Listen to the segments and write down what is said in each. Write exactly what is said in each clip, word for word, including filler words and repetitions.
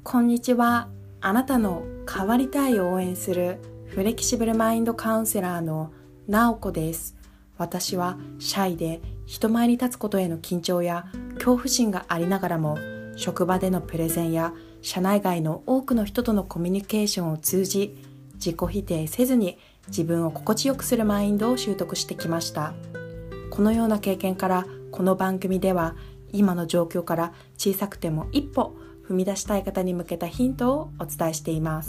こんにちは。あなたの変わりたいを応援するフレキシブルマインドカウンセラーのなおこです。私はシャイで人前に立つことへの緊張や恐怖心がありながらも、職場でのプレゼンや社内外の多くの人とのコミュニケーションを通じ、自己否定せずに自分を心地よくするマインドを習得してきました。このような経験から、この番組では今の状況から小さくても一歩踏み出したい方に向けたヒントをお伝えしています。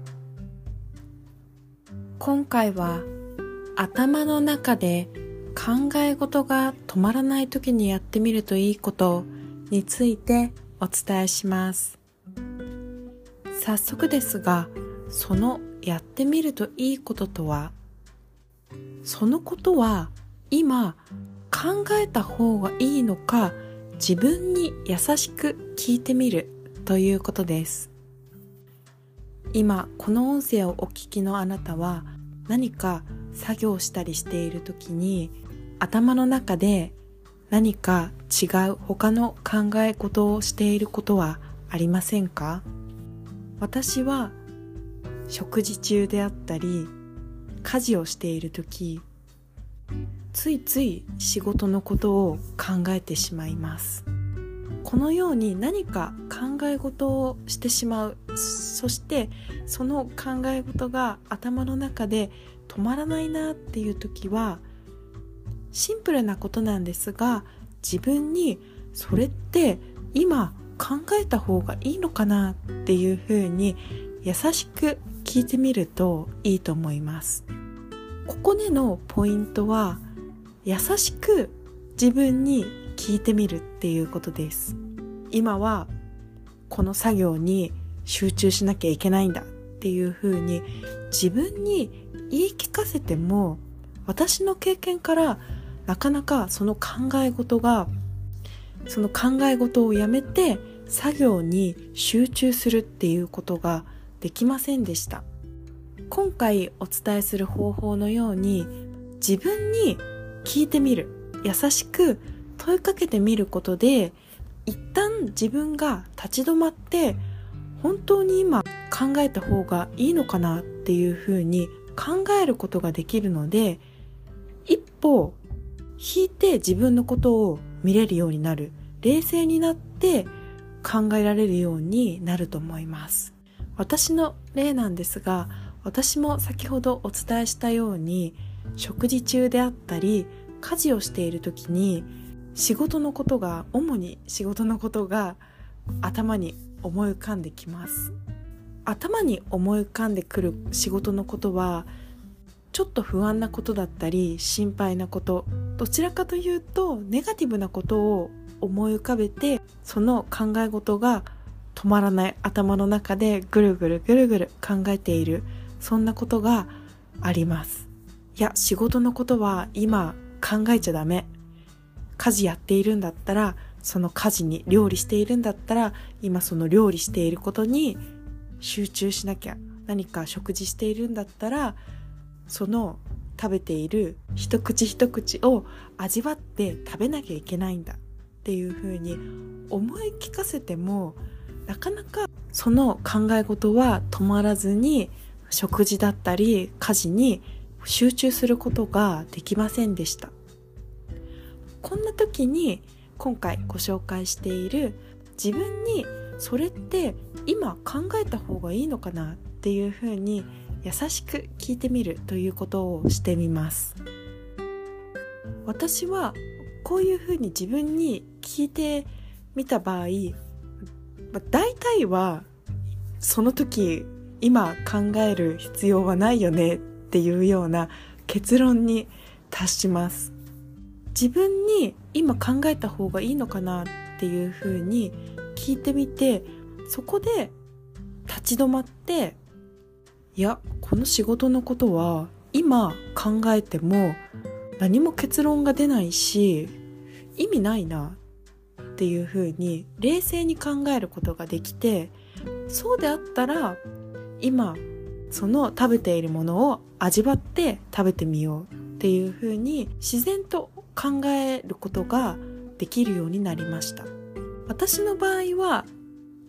今回は頭の中で考え事が止まらない時にやってみるといいことについてお伝えします。早速ですが、そのやってみるといいこととは、そのことは今考えた方がいいのか、自分に優しく聞いてみるということです。今この音声をお聞きのあなたは、何か作業したりしている時に頭の中で何か違う他の考え事をしていることはありませんか？私は食事中であったり家事をしている時、ついつい仕事のことを考えてしまいます。このように何か考え事をしてしまう、そしてその考え事が頭の中で止まらないなっていう時は、シンプルなことなんですが、自分にそれって今考えた方がいいのかなっていうふうに優しく聞いてみるといいと思います。ここでのポイントは、優しく自分に聞いてみるっていうことです。今はこの作業に集中しなきゃいけないんだっていうふうに自分に言い聞かせても、私の経験からなかなかその考え事がその考え事をやめて作業に集中するっていうことができませんでした。今回お伝えする方法のように、自分に聞いてみる、優しく問いかけてみることで、一旦自分が立ち止まって、本当に今考えた方がいいのかなっていうふうに考えることができるので、一歩引いて自分のことを見れるようになる、冷静になって考えられるようになると思います。私の例なんですが、私も先ほどお伝えしたように、食事中であったり家事をしている時に仕事のことが主に仕事のことが頭に思い浮かんできます。頭に思い浮かんでくる仕事のことはちょっと不安なことだったり心配なこと、どちらかというとネガティブなことを思い浮かべて、その考え事が止まらない頭の中でぐるぐるぐるぐる考えている、そんなことがあります。いや、仕事のことは今考えちゃダメ。家事やっているんだったら、その家事に、料理しているんだったら、今その料理していることに集中しなきゃ。何か食事しているんだったら、その食べている一口一口を味わって食べなきゃいけないんだっていうふうに思い聞かせても、なかなかその考え事は止まらずに、食事だったり家事に集中することができませんでした。こんな時に今回ご紹介している、自分にそれって今考えた方がいいのかなっていうふうに優しく聞いてみるということをしてみます。私はこういうふうに自分に聞いてみた場合、大体はその時今考える必要はないよねっていうような結論に達します。自分に今考えた方がいいのかなっていうふうに聞いてみて、そこで立ち止まって、いや、この仕事のことは今考えても何も結論が出ないし意味ないなっていうふうに冷静に考えることができて、そうであったら今その食べているものを味わって食べてみようっていうふうに自然と考えることができるようになりました。私の場合は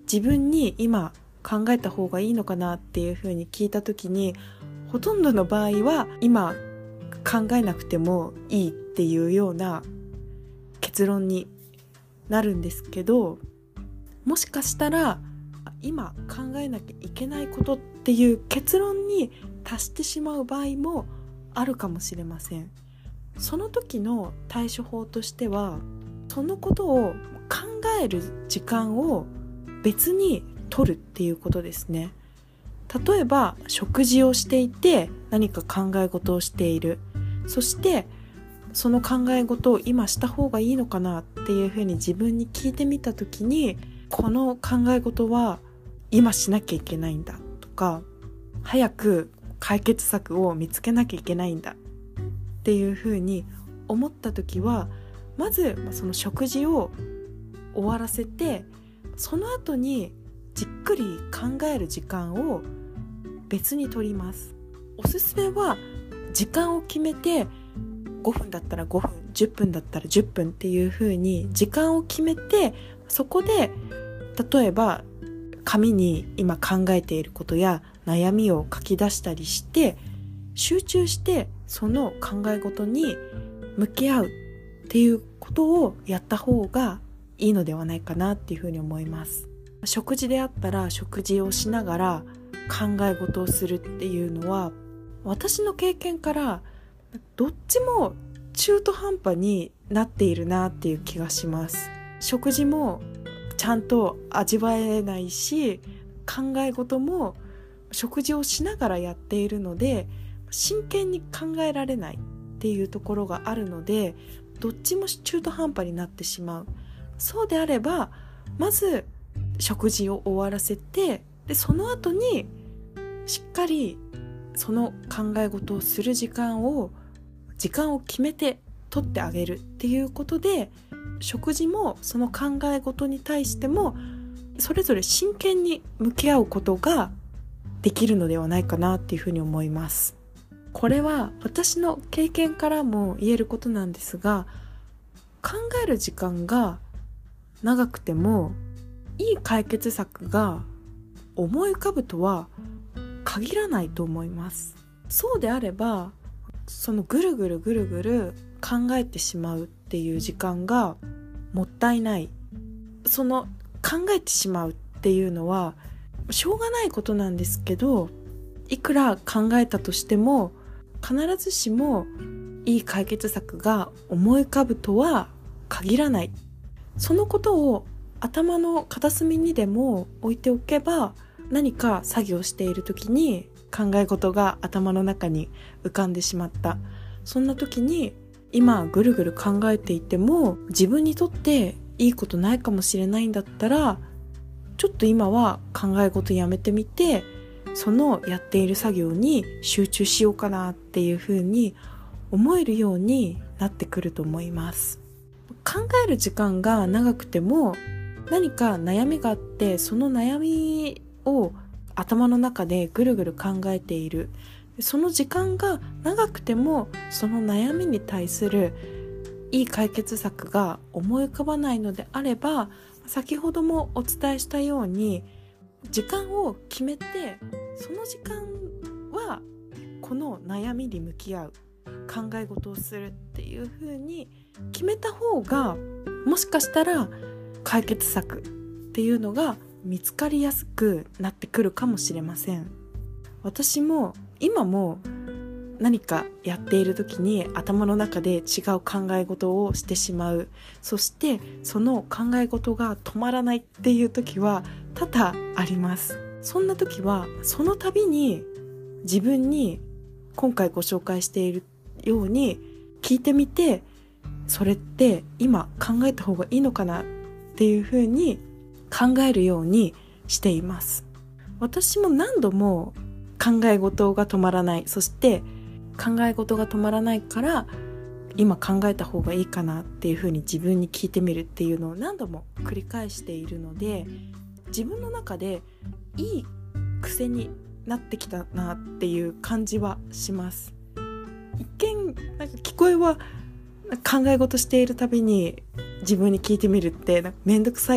自分に今考えた方がいいのかなっていうふうに聞いた時に、ほとんどの場合は今考えなくてもいいっていうような結論になるんですけど、もしかしたら今考えなきゃいけないことっていう結論に達してしまう場合もあるかもしれません。その時の対処法としては、そのことを考える時間を別に取るっていうことですね。例えば食事をしていて何か考え事をしている、そしてその考え事を今した方がいいのかなっていうふうに自分に聞いてみたときに、この考え事は今しなきゃいけないんだとか、早く解決策を見つけなきゃいけないんだっていうふうに思ったときは、まずその食事を終わらせて、その後にじっくり考える時間を別に取ります。おすすめは時間を決めて、ごふんだったらごふん、じゅっぷんだったらじゅっぷんっていう風に時間を決めて、そこで例えば紙に今考えていることや悩みを書き出したりして、集中してその考え事に向き合うっていうことをやった方がいいのではないかなっていうふうに思います。食事であったら食事をしながら考え事をするっていうのは、私の経験からどっちも中途半端になっているなっていう気がします。食事もちゃんと味わえないし、考え事も食事をしながらやっているので真剣に考えられないっていうところがあるので、どっちも中途半端になってしまう。そうであれば、まず食事を終わらせて、でその後にしっかりその考え事をする時間を時間を決めて取ってあげるっていうことで、食事もその考え事に対してもそれぞれ真剣に向き合うことができるのではないかなっていうふうに思います。これは私の経験からも言えることなんですが、考える時間が長くてもいい解決策が思い浮かぶとは限らないと思います。そうであれば、そのぐるぐるぐるぐる考えてしまうっていう時間がもったいない。その考えてしまうっていうのはしょうがないことなんですけど、いくら考えたとしても必ずしもいい解決策が思い浮かぶとは限らない。そのことを頭の片隅にでも置いておけば、何か作業している時に考え事が頭の中に浮かんでしまった。そんな時に今ぐるぐる考えていても自分にとっていいことないかもしれないんだったら、ちょっと今は考え事やめてみて、そのやっている作業に集中しようかなっていうふうに思えるようになってくると思います。考える時間が長くても何か悩みがあって、その悩みを頭の中でぐるぐる考えている。その時間が長くてもその悩みに対するいい解決策が思い浮かばないのであれば、先ほどもお伝えしたように時間を決めて、その時間はこの悩みに向き合う、考え事をするっていう風に決めた方が、もしかしたら解決策っていうのが見つかりやすくなってくるかもしれません。私も今も何かやっている時に頭の中で違う考え事をしてしまう。そしてその考え事が止まらないっていう時は多々あります。そんな時はその度に自分に今回ご紹介しているように聞いてみて、それって今考えた方がいいのかなっていうふうに考えるようにしています。私も何度も考え事が止まらない、そして考え事が止まらないから今考えた方がいいかなっていうふうに自分に聞いてみるっていうのを何度も繰り返しているので、自分の中でいい癖になってきたなっていう感じはします。一見なんか聞こえは考え事しているたびに自分に聞いてみるってなんかめんどくさい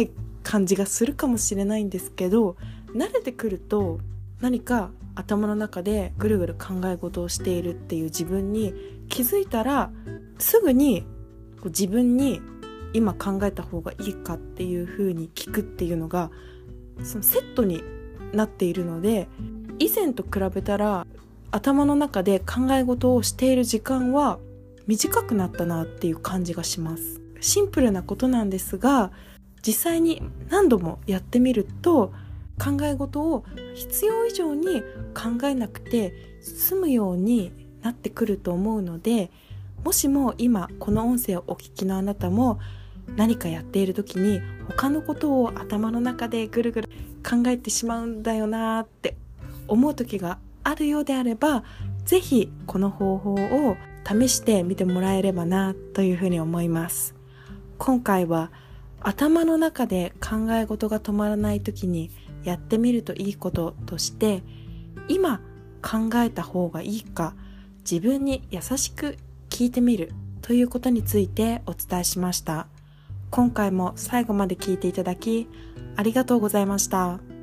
感じがするかもしれないんですけど、慣れてくると何か頭の中でぐるぐる考え事をしているっていう自分に気づいたら、すぐにこう自分に今考えた方がいいかっていう風に聞くっていうのがそのセットになっているので、以前と比べたら頭の中で考え事をしている時間は短くなったなっていう感じがします。シンプルなことなんですが、実際に何度もやってみると考え事を必要以上に考えなくて済むようになってくると思うので、もしも今この音声をお聞きのあなたも何かやっている時に他のことを頭の中でぐるぐる考えてしまうんだよなって思う時があるようであれば、ぜひこの方法を試してみてもらえればなというふうに思います。今回は頭の中で考え事が止まらない時にやってみるといいこととして、今考えた方がいいか自分に優しく聞いてみるということについてお伝えしました。今回も最後まで聞いていただきありがとうございました。